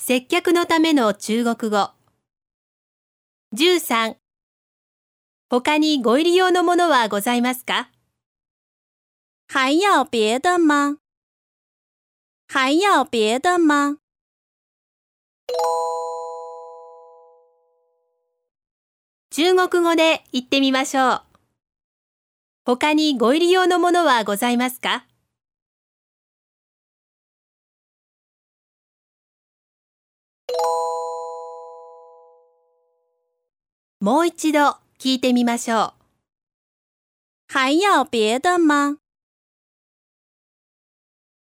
接客のための中国語。13、他にご入り用のものはございますか？ 还要别的吗？还要别的吗？ 中国語で言ってみましょう。他にご入り用のものはございますか？もう一度聞いてみましょう。 还要别的吗？